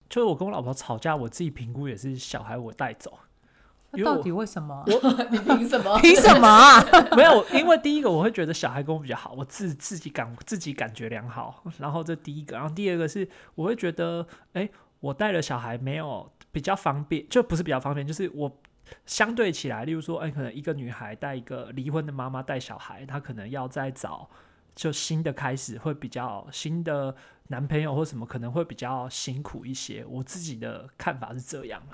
就是我跟我老婆吵架，我自己评估也是小孩我带走。 那到底为什么？ 你凭什么？ 凭什么啊？ 没有，因为第一个我会觉得小孩跟我比较好，我自己感觉良好，然后这第一个，然后第二个是我会觉得，我带了小孩没有比较方便，就不是比较方便，就是我相对起来，例如说，可能一个女孩带一个离婚的妈妈带小孩，她可能要再找就新的开始，会比较新的男朋友或什么，可能会比较辛苦一些。我自己的看法是这样。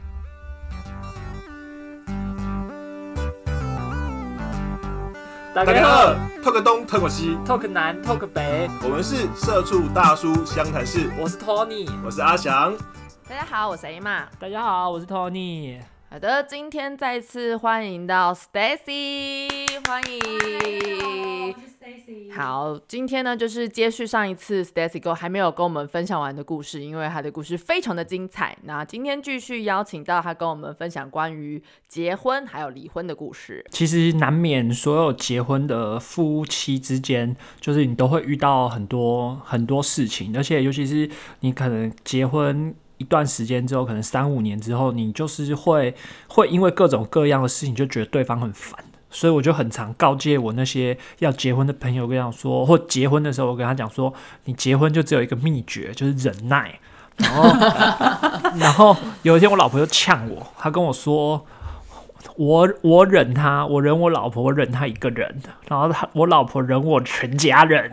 大家好，talk 东 talk 西 ，talk 南 talk 北， 我们是社畜大叔湘潭市， 我是 Tony， 我是阿翔。 大家好，我是 Emma。 大家好，我是 Tony。 好的，今天再次欢迎到 Stacy， 欢迎。好，今天呢就是接续上一次 Stacy 还没有跟我们分享完的故事，因为她的故事非常的精彩。那今天继续邀请到她跟我们分享关于结婚还有离婚的故事。 其实难免所有结婚的夫妻之间，就是你都会遇到很多事情，而且尤其是你可能结婚一段时间之后，可能3-5年之后，你就是会因为各种各样的事情就觉得对方很烦。所以我就很常告诫我那些要结婚的朋友，跟他说，或结婚的时候，我跟他讲说，你结婚就只有一个秘诀，就是忍耐。然后有一天我老婆就呛我，她跟我说，我忍她，我忍我老婆，我忍她一个人，然后我老婆忍我全家人。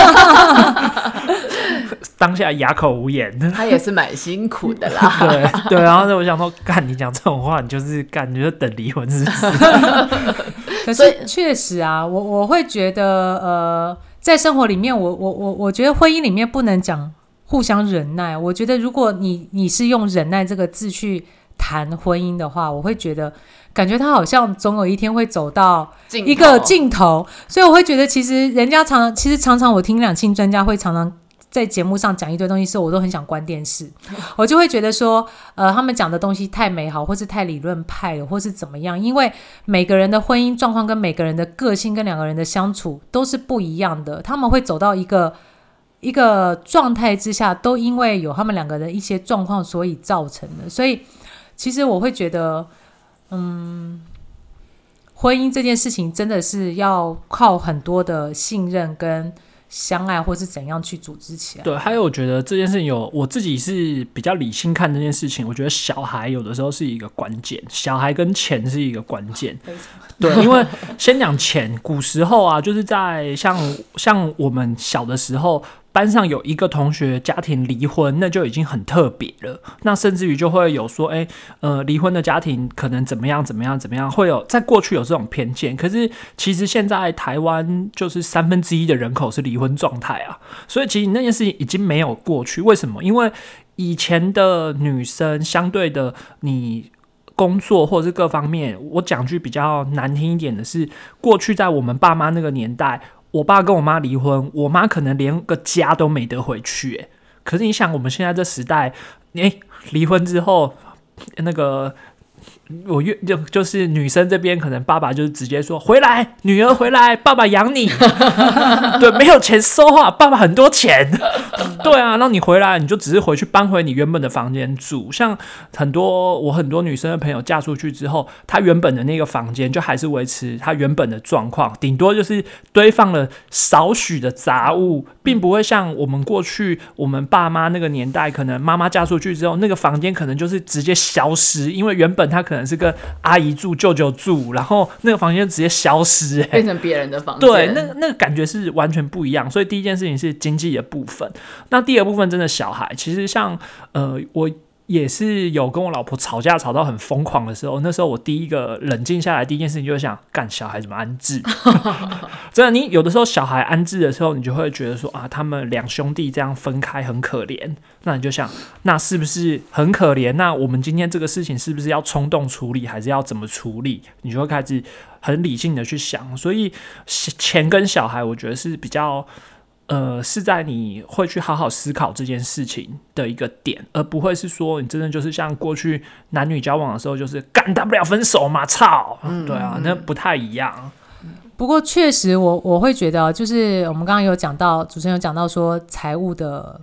当下哑口无言， 他也是蛮辛苦的啦。 对，然后我想说，干你讲这种话，你就是等离婚是不是？ 可是确实啊，我会觉得在生活里面，我觉得婚姻里面不能讲互相忍耐。我觉得如果你是用忍耐这个字去谈婚姻的话，我会觉得感觉他好像总有一天会走到一个尽头。所以我会觉得其实常常我听两性专家会常常在节目上讲一堆东西时候，我都很想关电视。我就会觉得说他们讲的东西太美好，或是太理论派了，或是怎么样，因为每个人的婚姻状况跟每个人的个性跟两个人的相处都是不一样的，他们会走到一个状态之下，都因为有他们两个的一些状况所以造成的。所以其实我会觉得婚姻这件事情真的是要靠很多的信任跟相爱，或是怎样去组织起来。 对，还有我觉得这件事情我自己是比较理性看这件事情。我觉得小孩有的时候是一个关键，小孩跟钱是一个关键。对，因为先讲钱，古时候啊，就是在像我们小的时候，班上有一个同学家庭离婚，那就已经很特别了。那甚至于就会有说，离婚的家庭可能怎么样，会有在过去有这种偏见。可是其实现在台湾就是1/3的人口是离婚状态啊，所以其实那件事情已经没有过去。为什么？因为以前的女生相对的你工作或者是各方面，我讲句比较难听一点的是，过去在我们爸妈那个年代，我爸跟我妈离婚，我妈可能连个家都没得回去。可是你想，我们现在这时代，离婚之后，那个就是女生这边可能爸爸就是直接说回来，女儿回来，爸爸养你。对，没有钱收啊，爸爸很多钱。对啊，然后你回来，你就只是回去搬回你原本的房间住。像我很多女生的朋友嫁出去之后，她原本的那个房间就还是维持她原本的状况，顶多就是堆放了少许的杂物，并不会像我们过去我们爸妈那个年代，可能妈妈嫁出去之后，那个房间可能就是直接消失，因为原本她可能是跟阿姨住、舅舅住，然后那个房间直接消失， 变成别人的房间。 对，那个感觉是完全不一样。所以第一件事情是经济的部分，那第二部分真的小孩，其实像我也是有跟我老婆吵架吵到很疯狂的时候，那时候我第一个冷静下来，第一件事情就是想，干小孩怎么安置？真的，你有的时候小孩安置的时候，你就会觉得说啊，他们两兄弟这样分开很可怜，那你就想，那是不是很可怜？那我们今天这个事情是不是要冲动处理，还是要怎么处理？你就会开始很理性的去想。所以钱跟小孩，我觉得是比较。是在你会去好好思考这件事情的一个点，而不会是说你真的就是像过去男女交往的时候，就是干大不了分手嘛，操，对啊，那不太一样。 不过确实我会觉得，就是我们刚刚有讲到，主持人有讲到说财务的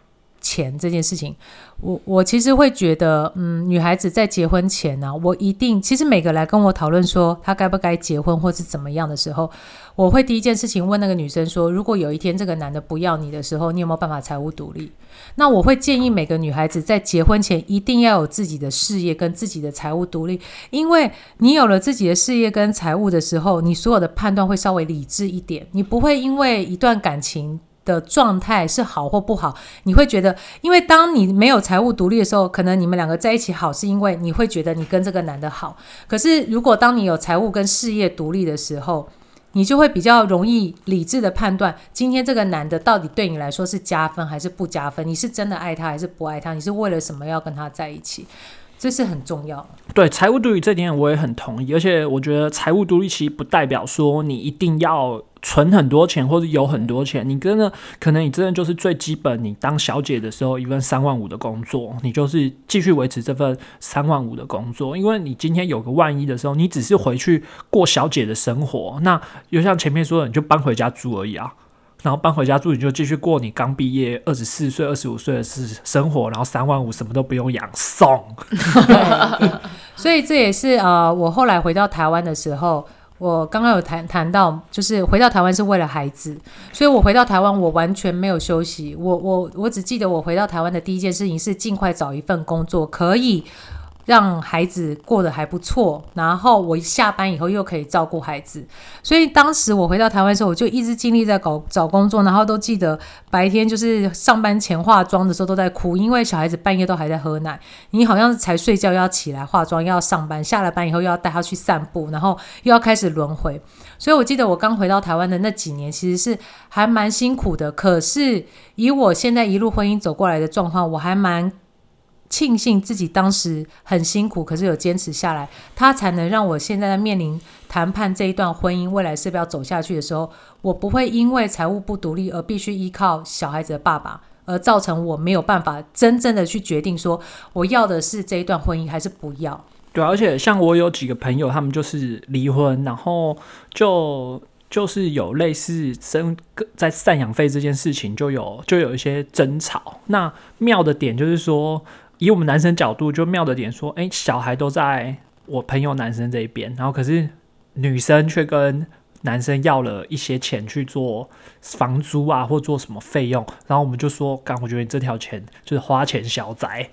钱这件事情，我其实会觉得，女孩子在结婚前呢，我一定，其实每个来跟我讨论说她该不该结婚或是怎么样的时候，我会第一件事情问那个女生说，如果有一天这个男的不要你的时候，你有没有办法财务独立？那我会建议每个女孩子在结婚前一定要有自己的事业跟自己的财务独立，因为你有了自己的事业跟财务的时候，你所有的判断会稍微理智一点，你不会因为一段感情的状态是好或不好，你会觉得，因为当你没有财务独立的时候，可能你们两个在一起好是因为你会觉得你跟这个男的好，可是如果当你有财务跟事业独立的时候，你就会比较容易理智的判断今天这个男的到底对你来说是加分还是不加分，你是真的爱他还是不爱他，你是为了什么要跟他在一起，这是很重要的。 对，财务独立这点我也很同意，而且我觉得财务独立其实不代表说你一定要存很多钱或者有很多钱，你真的可能你真的就是最基本，你当小姐的时候一份35000的工作，你就是继续维持这份35000的工作，因为你今天有个万一的时候，你只是回去过小姐的生活，那就像前面说的，你就搬回家住而已啊。然后搬回家住，你就继续过你刚毕业24岁、25岁的生活，然后35000什么都不用养，送。 所以这也是我后来回到台湾的时候，我刚刚有谈到，就是回到台湾是为了孩子，所以我回到台湾我完全没有休息，我只记得我回到台湾的第一件事情是尽快找一份工作，可以让孩子过得还不错，然后我下班以后又可以照顾孩子。所以当时我回到台湾的时候，我就一直尽力在找工作，然后都记得白天就是上班前化妆的时候都在哭，因为小孩子半夜都还在喝奶，你好像才睡觉要起来化妆要上班，下了班以后又要带他去散步，然后又要开始轮回。所以我记得我刚回到台湾的那几年其实是还蛮辛苦的，可是以我现在一路婚姻走过来的状况，我还蛮庆幸自己当时很辛苦，可是有坚持下来，它才能让我现在在面临谈判这一段婚姻未来是不是要走下去的时候，我不会因为财务不独立而必须依靠小孩子的爸爸，而造成我没有办法真正的去决定说我要的是这一段婚姻还是不要。 对啊，而且像我有几个朋友，他们就是离婚，然后就是有类似在赡养费这件事情就有一些争吵。那妙的点就是说，以我们男生角度，就妙的点说，小孩都在我朋友男生这一边，然后可是女生却跟男生要了一些钱去做房租啊，或做什么费用，然后我们就说，我觉得你这条钱就是花钱消灾。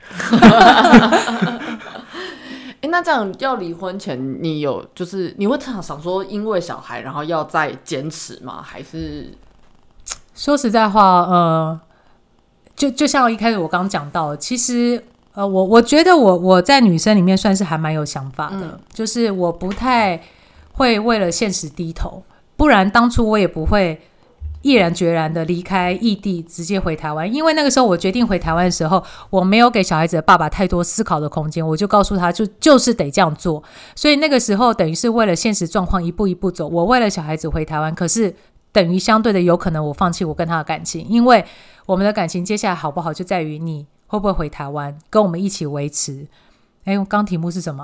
那这样要离婚前，你会想说，因为小孩然后要再坚持吗？还是说实在话，就像一开始我刚讲到的，其实我觉得我在女生里面算是还蛮有想法的，就是我不太会为了现实低头，不然当初我也不会毅然决然的离开异地直接回台湾。因为那个时候我决定回台湾的时候，我没有给小孩子的爸爸太多思考的空间，我就告诉他就是得这样做。所以那个时候等于是为了现实状况一步一步走，我为了小孩子回台湾，可是等于相对的有可能我放弃我跟他的感情，因为我们的感情接下来好不好就在于你会不会回台湾跟我们一起维持。我刚题目是什么？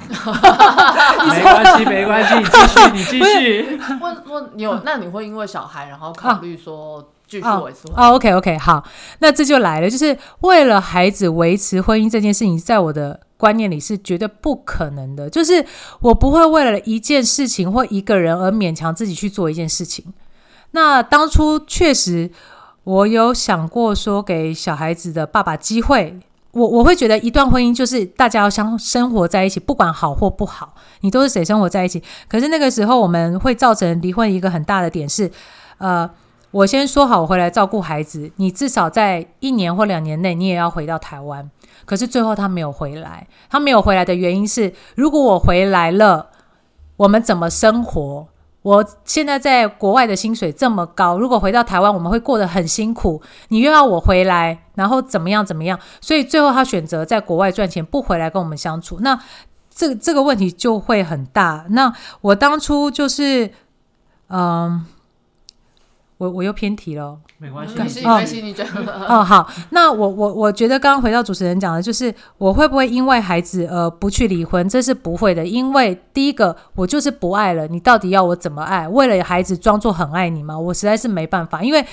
没关系，你继续。 那你会因为小孩然后考虑说继续维持 OK 好，那这就来了，就是为了孩子维持婚姻这件事情，在我的观念里是绝对不可能的，就是我不会为了一件事情或一个人而勉强自己去做一件事情。那当初确实我有想过说给小孩子的爸爸机会，我会觉得一段婚姻就是大家要生活在一起，不管好或不好，你都是谁生活在一起。可是那个时候我们会造成离婚一个很大的点是，我先说好我回来照顾孩子，你至少在1年或2年内你也要回到台湾。可是最后他没有回来，他没有回来的原因是，如果我回来了，我们怎么生活？我现在在国外的薪水这么高，如果回到台湾我们会过得很辛苦，你又要我回来，然后怎么样，所以最后他选择在国外赚钱，不回来跟我们相处。那这个问题就会很大。那我当初就是我又偏题了， 没关系，你觉得好。那我觉得刚刚回到主持人讲的，就是我会不会因为孩子不去离婚？这是不会的，因为第一个我就是不爱了，你到底要我怎么爱？为了孩子装作很爱你吗？我实在是没办法，因为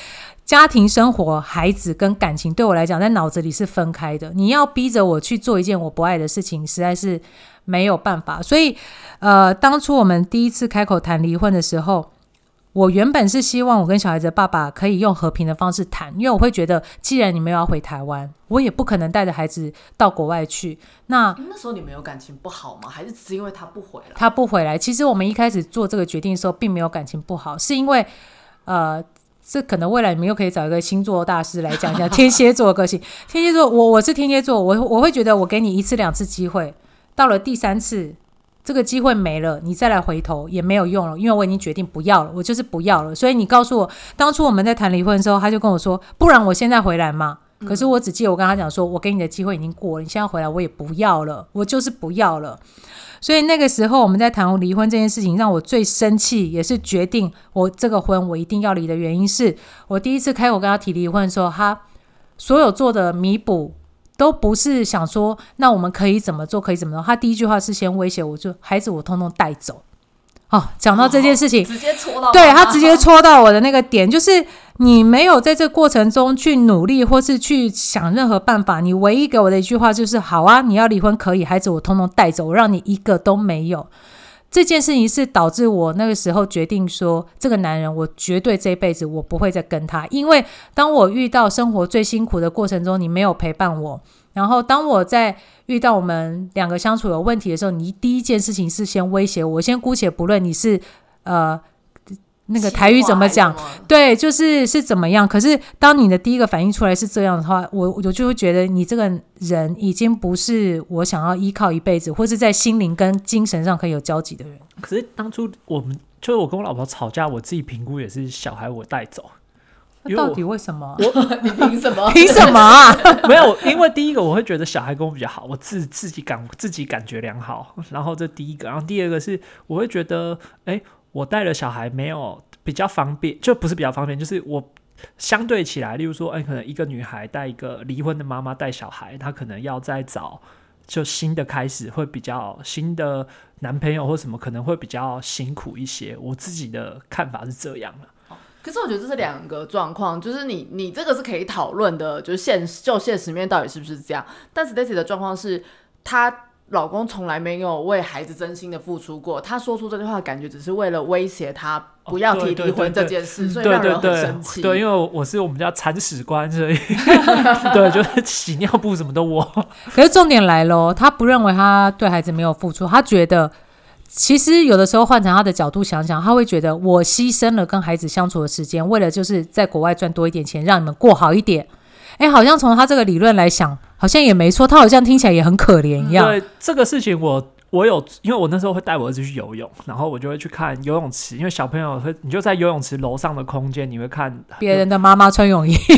家庭生活、孩子跟感情对我来讲在脑子里是分开的，你要逼着我去做一件我不爱的事情实在是没有办法。所以当初我们第一次开口谈离婚的时候，我原本是希望我跟小孩子的爸爸可以用和平的方式谈，因为我会觉得既然你们要回台湾，我也不可能带着孩子到国外去。那时候你们有感情不好吗？还是只是因为他不回来？ 他不回来，其实我们一开始做这个决定的时候并没有感情不好，是因为这可能未来你们又可以找一个星座大师来讲一下天蝎座的个性。天蝎座，我是天蝎座，我会觉得我给你1次2次机会，到了第3次这个机会没了，你再来回头也没有用了，因为我已经决定不要了，我就是不要了。所以你告诉我，当初我们在谈离婚的时候，他就跟我说，不然我现在回来嘛。可是我只记得我跟他讲说，我给你的机会已经过了，你现在回来我也不要了，我就是不要了。所以那个时候我们在谈离婚这件事情，让我最生气，也是决定我这个婚我一定要离的原因是，我第一次开口跟他提离婚的时候，他所有做的弥补都不是想说那我们可以怎么做可以怎么做，他第一句话是先威胁我，就孩子我通通带走。讲到这件事情， 直接戳到， 对，他直接戳到我的那个点，就是你没有在这过程中去努力或是去想任何办法，你唯一给我的一句话就是好啊，你要离婚可以，孩子我通通带走，我让你一个都没有。这件事情是导致我那个时候决定说，这个男人我绝对这辈子我不会再跟他，因为当我遇到生活最辛苦的过程中，你没有陪伴我，然后当我在遇到我们两个相处有问题的时候，你第一件事情是先威胁我，先姑且不论你是那个台语怎么讲，对，是怎么样。可是当你的第一个反应出来是这样的话，我就会觉得你这个人已经不是我想要依靠一辈子，或是在心灵跟精神上可以有交集的人。 可是当初我跟我老婆吵架，我自己评估也是小孩我带走。 到底为什么？ 你凭什么？ 凭什么啊？ 没有，因为第一个我会觉得小孩跟我比较好，我自己感觉良好，然后这第一个，然后第二个是我会觉得，我带了小孩没有比较方便，就不是比较方便，就是我相对起来，例如说，可能一个女孩带一个离婚的妈妈带小孩，她可能要再找就新的开始，会比较新的男朋友或什么，可能会比较辛苦一些。我自己的看法是这样的。 可是我觉得这是两个状况，就是你这个是可以讨论的，就是现实面到底是不是这样。但 Stacy 的状况是，她老公从来没有为孩子真心的付出过，他说出这句话的感觉只是为了威胁他不要提离婚这件事，所以让人很生气。 对，因为我是我们家铲屎官，所以对，就是洗尿布什么都我。 可是重点来咯，他不认为他对孩子没有付出，他觉得其实有的时候换成他的角度想想，他会觉得我牺牲了跟孩子相处的时间，为了就是在国外赚多一点钱，让你们过好一点。好像从他这个理论来想，好像也没错，他好像听起来也很可怜一样。 对，这个事情我有，因为我那时候会带我儿子去游泳，然后我就会去看游泳池，因为小朋友你就在游泳池楼上的空间，你会看别人的妈妈穿泳衣。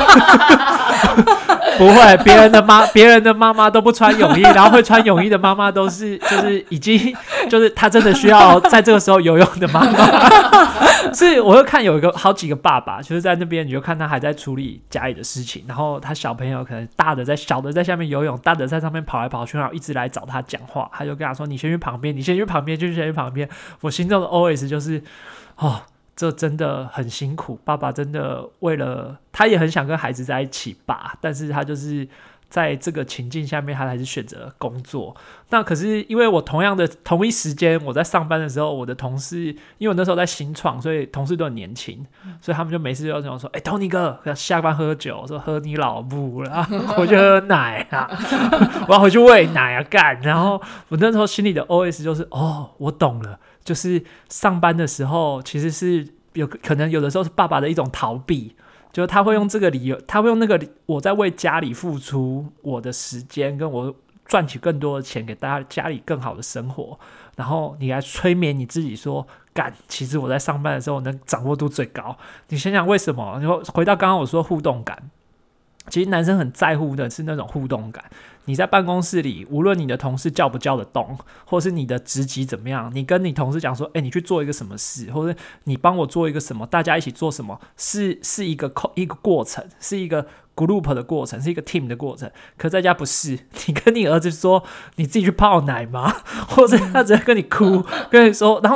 不会，别人的妈妈都不穿泳衣，然后会穿泳衣的妈妈都是就是已经就是她真的需要在这个时候游泳的妈妈。是我会看有好几个爸爸，就是在那边你就看他还在处理家里的事情，然后他小朋友可能小的在下面游泳，大的在上面跑来跑去，然后一直来找他讲话，他就跟他说你先去旁边，你先去旁边，就先去旁边。我心中的 OS 就是这真的很辛苦，爸爸真的为了他也很想跟孩子在一起吧，但是他就是在这个情境下面，他还是选择工作。那可是因为我同一时间我在上班的时候，我的同事因为我那时候在新创，所以同事都很年轻，所以他们就没事就跟我说，Tony 哥下班喝酒，说喝你老母啦，我就喝奶啊，我要回去喂奶啊干。然后我那时候心里的 OS 就是我懂了，就是上班的时候其实是可能有的时候是爸爸的一种逃避，就是他会用这个理由，他会用那个我在为家里付出我的时间，跟我赚取更多的钱给大家家里更好的生活，然后你来催眠你自己说干，其实我在上班的时候能掌握度最高。你想想为什么？你回到刚刚我说互动感，其实男生很在乎的是那种互动感。你在办公室里，无论你的同事叫不叫得动，或是你的职级怎么样，你跟你同事讲说，你去做一个什么事，或者你帮我做一个什么，大家一起做什么，是一个过程，是一个 group 的过程，是一个 team 的过程。可在家不是，你跟你儿子说你自己去泡奶吗？或者他直接跟你哭，跟你说，然后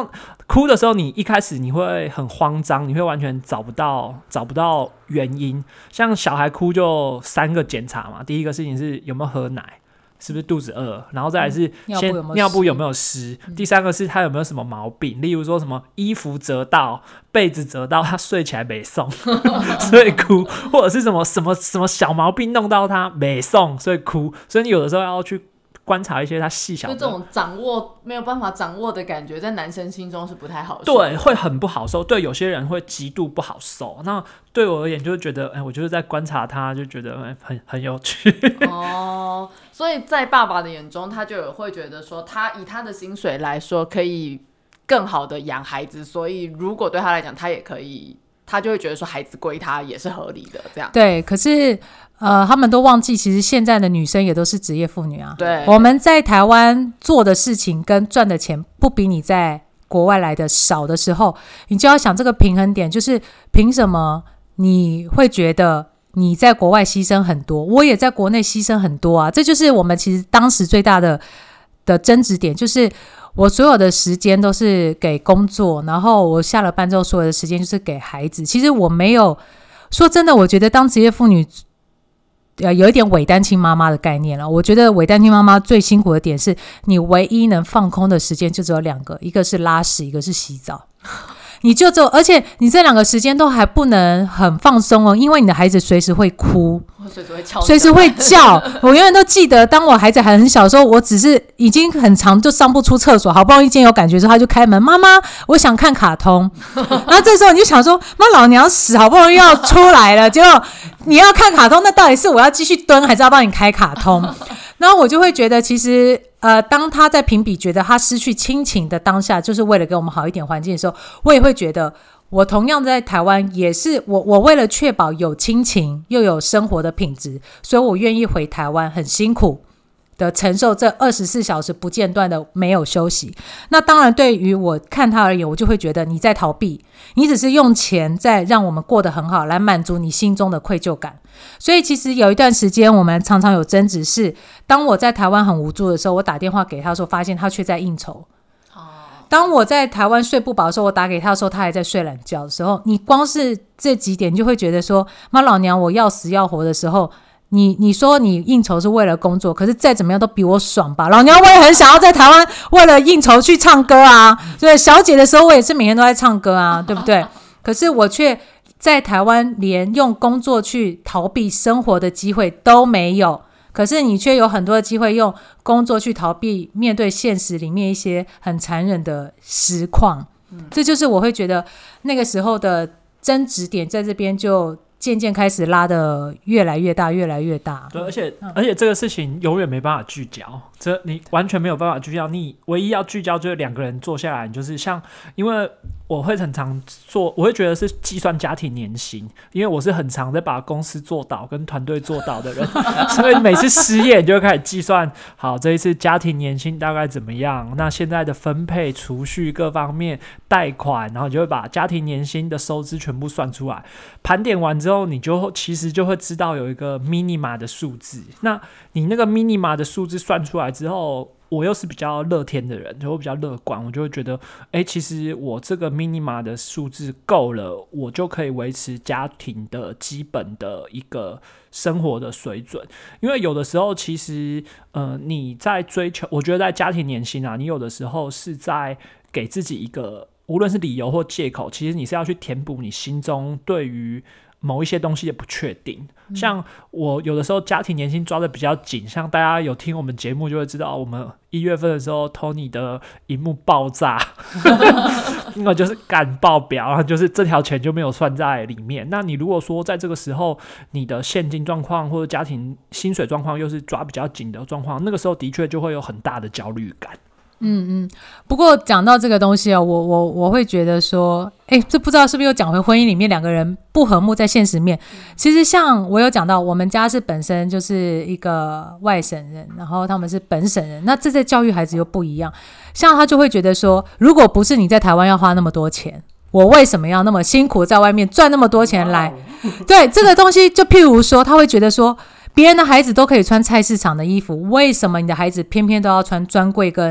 哭的时候，你一开始你会很慌张，你会完全找不到原因。像小孩哭就3个检查嘛，第一个事情是有没有喝奶，是不是肚子饿，然后再来是尿布有没有湿，第3个是他有没有什么毛病，例如说什么衣服折到、被子折到，他睡起来没送，所以哭，或者是什么小毛病弄到他没送，所以哭。所以你有的时候要去观察一些他细小的， 就这种没有办法掌握的感觉，在男生心中是不太好受， 对，会很不好受。对有些人会极度不好受。那对我而言，就觉得，我就是在观察他，就觉得很有趣。 哦，所以在爸爸的眼中，他就会觉得说，他以他的薪水来说，可以更好的养孩子，所以如果对他来讲，他也可以，他就会觉得说，孩子归他也是合理的，这样。 对，可是。他们都忘记，其实现在的女生也都是职业妇女啊。 对， 我们在台湾做的事情跟赚的钱不比你在国外来的少的时候，你就要想这个平衡点，就是凭什么你会觉得你在国外牺牲很多，我也在国内牺牲很多啊？这就是我们其实当时最大的争执点，就是我所有的时间都是给工作，然后我下了班之后所有的时间就是给孩子。其实我没有说真的，我觉得当职业妇女有一点伪单亲妈妈的概念了。我觉得伪单亲妈妈最辛苦的点是，你唯一能放空的时间就只有2个，一个是拉屎，一个是洗澡。你就只有，而且你这2个时间都还不能很放松哦，因为你的孩子随时会哭，随时会叫。我永远都记得，当我孩子还很小的时候，我只是已经很长就上不出厕所，好不容易今天有感觉的时候，他就开门，妈妈，我想看卡通。然后这时候你就想说，妈，老娘屎好不容易要出来了，结果你要看卡通，那到底是我要继续蹲，还是要帮你开卡通？然后我就会觉得，其实当他在评比觉得他失去亲情的当下，就是为了给我们好一点环境的时候，我也会觉得，我同样在台湾也是我为了确保有亲情又有生活的品质，所以我愿意回台湾，很辛苦的承受这24小时不间断的没有休息。那当然对于我看他而言，我就会觉得你在逃避，你只是用钱在让我们过得很好，来满足你心中的愧疚感。所以其实有一段时间我们常常有争执，是当我在台湾很无助的时候，我打电话给他的时候，发现他却在应酬。当我在台湾睡不饱的时候，我打给他的时候，他还在睡懒觉的时候，你光是这几点就会觉得说，妈老娘我要死要活的时候，你说你应酬是为了工作，可是再怎么样都比我爽吧。老娘我也很想要在台湾为了应酬去唱歌啊，对，小姐的时候我也是每天都在唱歌啊，对不对？可是我却在台湾连用工作去逃避生活的机会都没有，可是你却有很多的机会用工作去逃避面对现实里面一些很残忍的实况。这就是我会觉得那个时候的争执点在这边就渐渐开始拉得越来越大越来越大。 对，而且这个事情永远没办法聚焦，这你完全没有办法聚焦，你唯一要聚焦就是2个人坐下来，就是像因为我会很常做，我会觉得是计算家庭年薪，因为我是很常在把公司做倒跟团队做倒的人所以每次失业你就会开始计算，好，这一次家庭年薪大概怎么样，那现在的分配储蓄各方面贷款，然后你就会把家庭年薪的收支全部算出来，盘点完之后你就其实就会知道有一个 minima 的数字，那你那个 minima 的数字算出来之后，我又是比较乐天的人，就会比较乐观，我就会觉得其实我这个 minima 的数字够了，我就可以维持家庭的基本的一个生活的水准。因为有的时候其实你在追求，我觉得在家庭年薪啊，你有的时候是在给自己一个无论是理由或借口，其实你是要去填补你心中对于某一些东西的不确定。像我有的时候家庭年薪抓的比较紧，像大家有听我们节目就会知道，我们1月份的时候 Tony 的萤幕爆炸因为就是干爆表，然后就是这条钱就没有算在里面。那你如果说在这个时候你的现金状况或者家庭薪水状况又是抓比较紧的状况，那个时候的确就会有很大的焦虑感。 不过讲到这个东西我会觉得说，这不知道是不是又讲回婚姻里面2个人不和睦在现实面。其实像我有讲到，我们家是本身就是一个外省人，然后他们是本省人，那这在教育孩子又不一样。像他就会觉得说，如果不是你在台湾要花那么多钱，我为什么要那么辛苦在外面赚那么多钱来？对，这个东西就譬如说，他会觉得说，别人的孩子都可以穿菜市场的衣服，为什么你的孩子偏偏都要穿专柜跟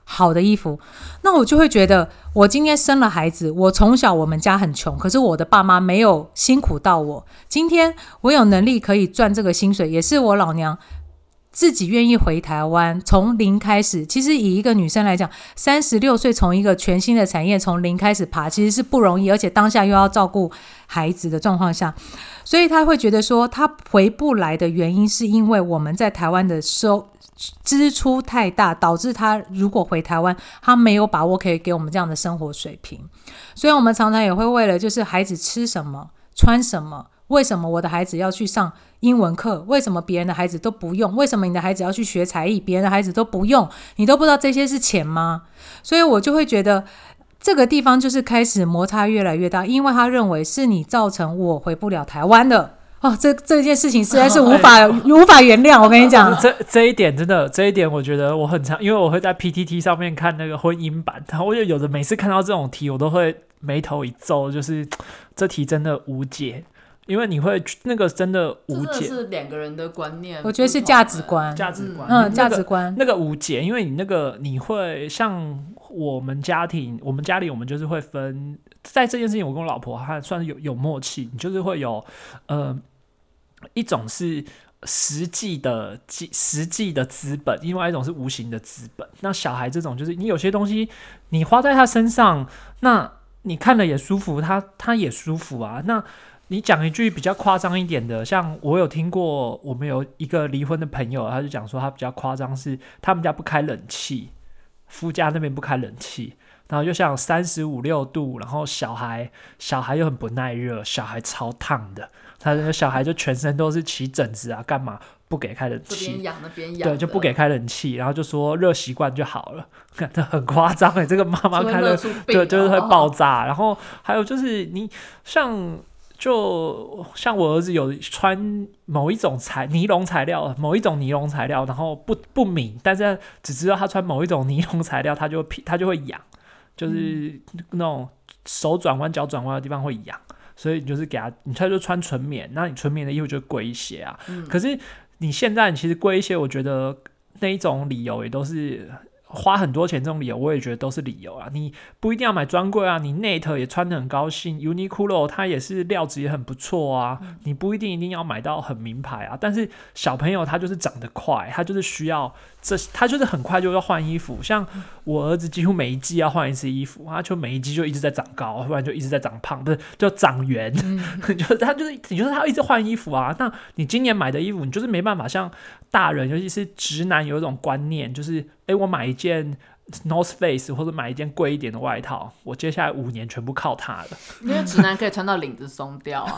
好的衣服，那我就会觉得我今天生了孩子，我从小我们家很穷，可是我的爸妈没有辛苦到我，今天我有能力可以赚这个薪水，也是我老娘自己愿意回台湾从零开始。其实以一个女生来讲，36岁从一个全新的产业从零开始爬，其实是不容易，而且当下又要照顾孩子的状况下，所以她会觉得说她回不来的原因是因为我们在台湾的支出太大，导致他如果回台湾，他没有把握可以给我们这样的生活水平。所以我们常常也会为了就是孩子吃什么穿什么，为什么我的孩子要去上英文课，为什么别人的孩子都不用，为什么你的孩子要去学才艺，别人的孩子都不用，你都不知道这些是钱吗？所以我就会觉得这个地方就是开始摩擦越来越大，因为他认为是你造成我回不了台湾的。这件事情实在是无法原谅，我跟你讲， 这一点真的，这一点我觉得我很常，因为我会在 PTT 上面看那个婚姻版，然后我有的每次看到这种题，我都会眉头一皱，就是这题真的无解，因为你会那个真的无解， 这是两个人的观念， 我觉得是价值观， 价值观， 价值观那个无解，因为你会像我们家里我们就是会分，在这件事情我跟我老婆还算是有默契，你就是会有一种是实际的资本，另外一种是无形的资本。那小孩这种就是你有些东西你花在他身上，那你看了也舒服，他也舒服啊。那你讲一句比较夸张一点的，像我有听过，我们有一个离婚的朋友，他就讲说他比较夸张是他们家不开冷气，夫家那边不开冷气，然后就像35、6度，然后小孩又很不耐热，小孩超烫的，他的小孩就全身都是起疹子啊，干嘛不给开冷气？ 这边痒那边痒， 对，就不给开冷气，然后就说热习惯就好了，很夸张哎，这个妈妈开了，对，就是会爆炸。然后还有就是你像我儿子有穿某一种尼龙材料，然后不明，但是只知道他穿某一种尼龙材料，他就会痒，就是那种手转弯、脚转弯的地方会痒。所以你就是他就穿纯棉，那你纯棉的衣服就贵一些啊。可是你现在其实贵一些，我觉得那一种理由也都是花很多钱，这种理由我也觉得都是理由啊。你不一定要买专柜啊，你 Net 也穿得很高兴 ，Uniqlo 它也是料子也很不错啊。你不一定要买到很名牌啊，但是小朋友他就是长得快，他就是需要他就是很快就要换衣服。像我儿子几乎每一季要换一次衣服，他就每一季就一直在长高，不然就一直在长胖，不是就长圆。你就是他一直换衣服啊。那你今年买的衣服，你就是没办法像大人，尤其是直男有一种观念，就是我买一件 North Face 或者买一件贵一点的外套，我接下来5年全部靠它了。 因为直男可以穿到领子松掉啊。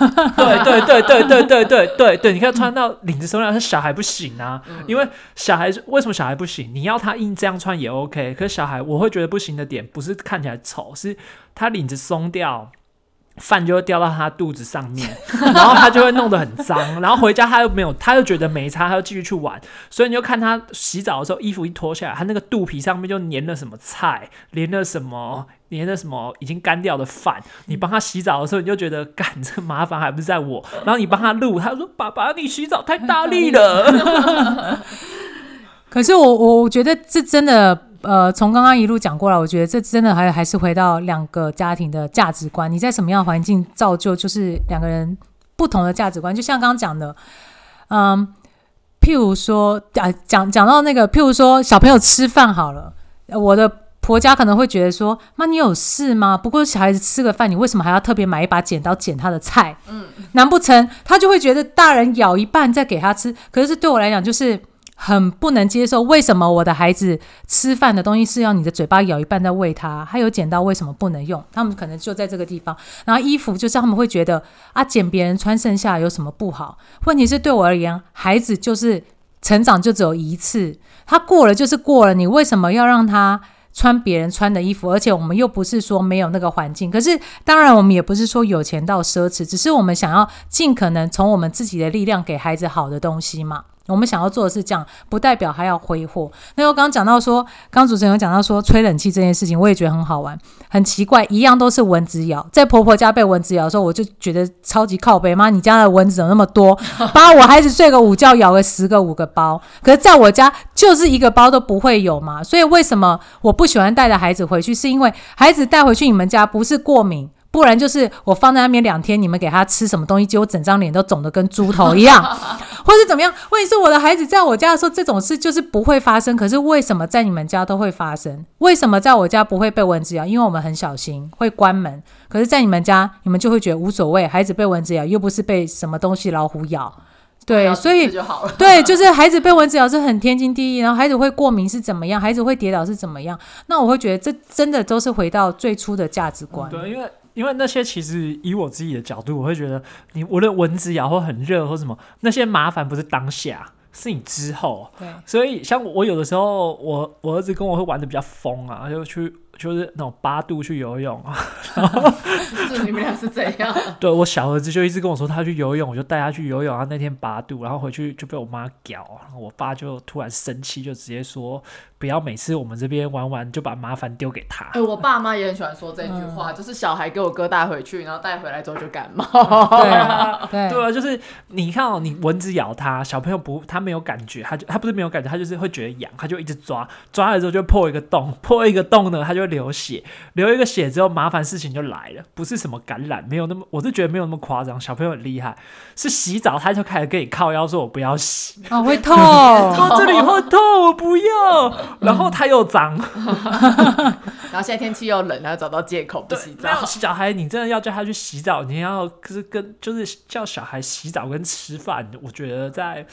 对，你可以穿到领子松掉，但是小孩不行啊。因为为什么小孩不行？你要他硬这样穿也 OK， 可是小孩我会觉得不行的点不是看起来丑，是他领子松掉，饭就会掉到他肚子上面，然后他就会弄得很脏，然后回家他又觉得没差，他又继续去玩，所以你就看他洗澡的时候，衣服一脱下来，他那个肚皮上面就粘了什么菜，粘了什么已经干掉的饭，你帮他洗澡的时候，你就觉得干这麻烦还不是在我，然后你帮他录，他就说爸爸你洗澡太大力了。 可是我觉得这真的。从刚刚一路讲过来，我觉得这真的还是回到两个家庭的价值观。你在什么样的环境造就，就是两个人不同的价值观。就像刚刚讲的，譬如说讲到那个，譬如说小朋友吃饭好了，我的婆家可能会觉得说，妈你有事吗？不过小孩子吃个饭，你为什么还要特别买一把剪刀剪他的菜？难不成他就会觉得大人咬一半再给他吃？可是对我来讲，就是很不能接受，为什么我的孩子吃饭的东西是要你的嘴巴咬一半再喂他？还有剪刀为什么不能用？他们可能就在这个地方。然后衣服就是他们会觉得剪别人穿剩下有什么不好？问题是对我而言，孩子就是成长就只有一次，他过了就是过了，你为什么要让他穿别人穿的衣服？而且我们又不是说没有那个环境，可是当然我们也不是说有钱到奢侈，只是我们想要尽可能从我们自己的力量给孩子好的东西嘛。 我们想要做的是这样，不代表还要挥霍。那我刚刚讲到说，刚主持人有讲到说吹冷气这件事情，我也觉得很好玩，很奇怪，一样都是蚊子咬，在婆婆家被蚊子咬的时候，我就觉得超级靠北，妈，你家的蚊子怎么那么多，把我孩子睡个午觉咬个10个5个包，可是在我家就是1个包都不会有嘛。所以为什么我不喜欢带着孩子回去，是因为孩子带回去你们家不是过敏，不然就是我放在那边2天，你们给他吃什么东西，结果整张脸都肿得跟猪头一样，或是怎么样。问题是我的孩子在我家的时候，这种事就是不会发生，可是为什么在你们家都会发生？为什么在我家不会被蚊子咬？因为我们很小心，会关门。可是在你们家，你们就会觉得无所谓，孩子被蚊子咬又不是被什么东西老虎咬。对，所以对，就是孩子被蚊子咬是很天经地义，然后孩子会过敏是怎么样，孩子会跌倒是怎么样，那我会觉得这真的都是回到最初的价值观。 对，因为那些其实以我自己的角度，我会觉得你无论蚊子咬或很热或什么，那些麻烦不是当下，是你之后。 对， 所以像我有的时候，我儿子跟我会玩的比较疯啊，就是那种8度去游泳啊，然后你们俩是怎样？ 对，我小儿子就一直跟我说他去游泳，我就带他去游泳，然后那天8度，然后回去就被我妈屌，然后我爸就突然生气，就直接说不要每次我们这边玩完就把麻烦丢给他。 我爸妈也很喜欢说这句话，就是小孩给我哥带回去，然后带回来之后就感冒。 对啊， 就是你看你蚊子咬他，小朋友他没有感觉，他不是没有感觉，他就是会觉得痒，他就一直抓了之后就破一个洞呢，他就会流血一个血之后，麻烦事情就来了，不是什么感染，没有那么，我是觉得没有那么夸张，小朋友很厉害，是洗澡他就开始跟你靠腰说我不要洗， 会痛， 这里会痛，我不要，然后他又脏， 然后现在天气又冷，他就找到借口不洗澡。 小孩你真的要叫他去洗澡，你要就是叫小孩洗澡跟吃饭，我觉得在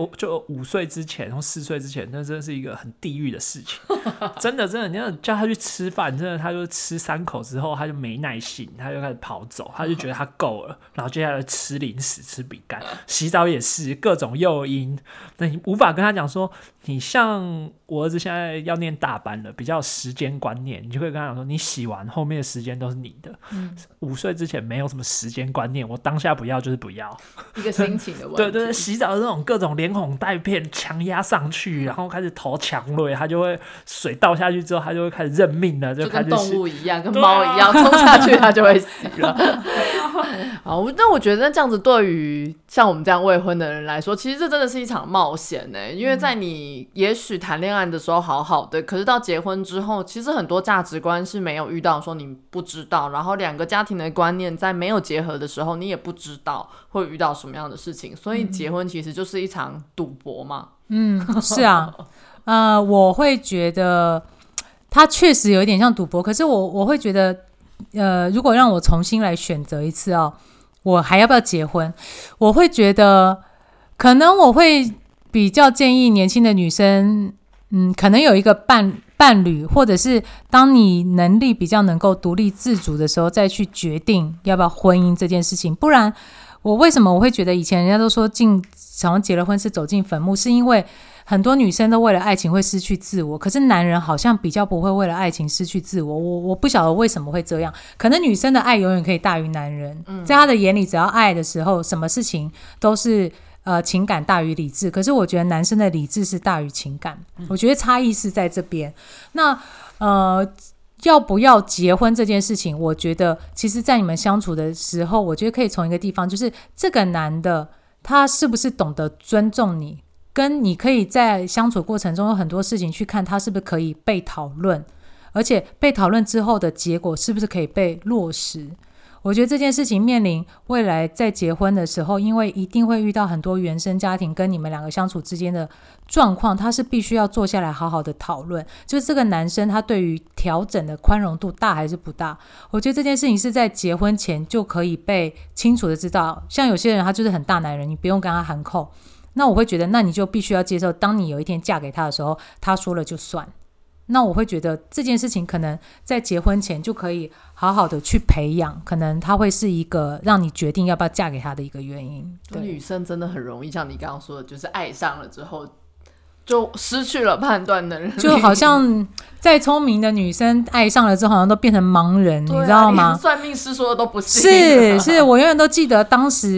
5岁之前或4岁之前，那真的是一个很地狱的事情。真的，你要叫他去吃饭，真的他就吃3口之后，他就没耐心，他就开始跑走，他就觉得他够了，然后接下来吃零食、吃饼干，洗澡也是各种诱因。那你无法跟他讲说，你像我儿子现在要念大班了，比较有时间观念，你就会跟他讲说，你洗完后面的时间都是你的。5岁之前没有什么时间观念，我当下不要就是不要， 一个心情的问题。 对，洗澡的那种各种连哄带骗强压上去，然后开始头强锐，他就会水倒下去之后，他就会开始认命了， 就开始跟动物一样，跟猫一样，冲下去它就会死了。好，那我觉得这样子对于像我们这样未婚的人来说，其实这真的是一场冒险呢。因为在你也许谈恋爱的时候好好的，可是到结婚之后，其实很多价值观是没有遇到，说你不知道，然后2个家庭的观念在没有结合的时候，你也不知道会遇到什么样的事情，所以结婚其实就是一场赌博嘛。 是啊，我会觉得它确实有一点像赌博，可是我会觉得，如果让我重新来选择一次我还要不要结婚？我会觉得，可能我会比较建议年轻的女生，可能有一个伴侣，或者是当你能力比较能够独立自主的时候，再去决定要不要婚姻这件事情。不然，为什么我会觉得以前人家都说好像结了婚是走进坟墓，是因为很多女生都为了爱情会失去自我，可是男人好像比较不会为了爱情失去自我。我不晓得为什么会这样，可能女生的爱永远可以大于男人，在他的眼里，只要爱的时候，什么事情都是情感大于理智。可是我觉得男生的理智是大于情感，我觉得差异是在这边。那要不要结婚这件事情，我觉得其实在你们相处的时候，我觉得可以从一个地方，就是这个男的他是不是懂得尊重你，跟你可以在相处过程中有很多事情去看他是不是可以被讨论，而且被讨论之后的结果是不是可以被落实。我觉得这件事情面临未来在结婚的时候，因为一定会遇到很多原生家庭跟你们2个相处之间的状况，他是必须要坐下来好好的讨论，就是这个男生他对于调整的宽容度大还是不大。我觉得这件事情是在结婚前就可以被清楚的知道。像有些人他就是很大男人，你不用跟他含扣，那我会觉得那你就必须要接受，当你有一天嫁给他的时候，他说了就算。那我会觉得这件事情可能在结婚前就可以好好的去培养，可能他会是一个让你决定要不要嫁给他的一个原因。对， 女生真的很容易像你刚刚说的，就是爱上了之后就失去了判断的能力， 就好像再聪明的女生爱上了之后好像都变成盲人，你知道吗？ 连算命师说的都不信。 是我永远都记得当时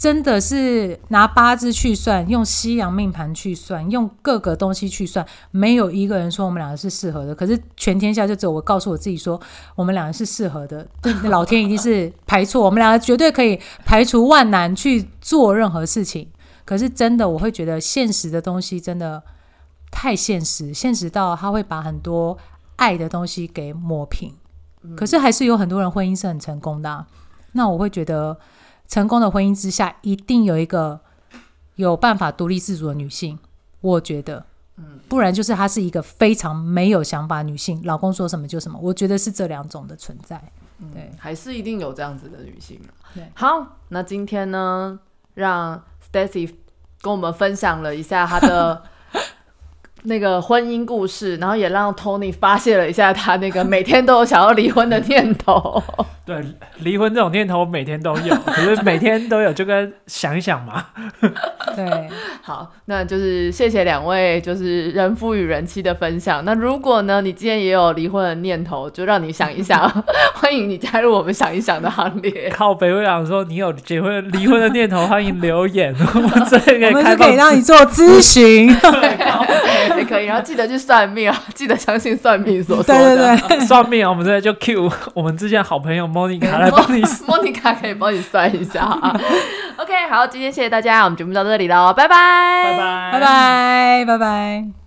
真的是拿八字去算，用西洋命盘去算，用各个东西去算，没有一个人说我们两个是适合的。可是全天下就只有我告诉我自己说，我们两个是适合的。老天一定是排除，我们两个绝对可以排除万难去做任何事情。可是真的，我会觉得现实的东西真的太现实，现实到他会把很多爱的东西给抹平。可是还是有很多人婚姻是很成功的啊。那我会觉得成功的婚姻之下一定有一个有办法独立自主的女性，我觉得不然就是她是一个非常没有想法的女性，老公说什么就什么，我觉得是这两种的存在。对， 还是一定有这样子的女性。 对， 好，那今天呢让 Stacy 跟我们分享了一下她的那个婚姻故事，然后也让 Tony 发泄了一下他那个每天都有想要离婚的念头。 对，离婚这种念头我每天都有，可是每天都有就跟想一想嘛。 对， 好，那就是谢谢两位就是人夫与人妻的分享。那如果呢你今天也有离婚的念头，就让你想一想，欢迎你加入我们想一想的行列。 靠北会长说你有结婚离婚的念头，欢迎留言，我们这个我们是可以让你做咨询。 也可以，然后记得去算命啊，记得相信算命所说对的。 对对， 算命啊，我们这就 Q 我们之前的好朋友 Monica 来帮你 Monica 可以帮你算一下啊。OK， 好，今天谢谢大家，我们节目到这里喽，拜拜， 拜拜拜拜拜拜。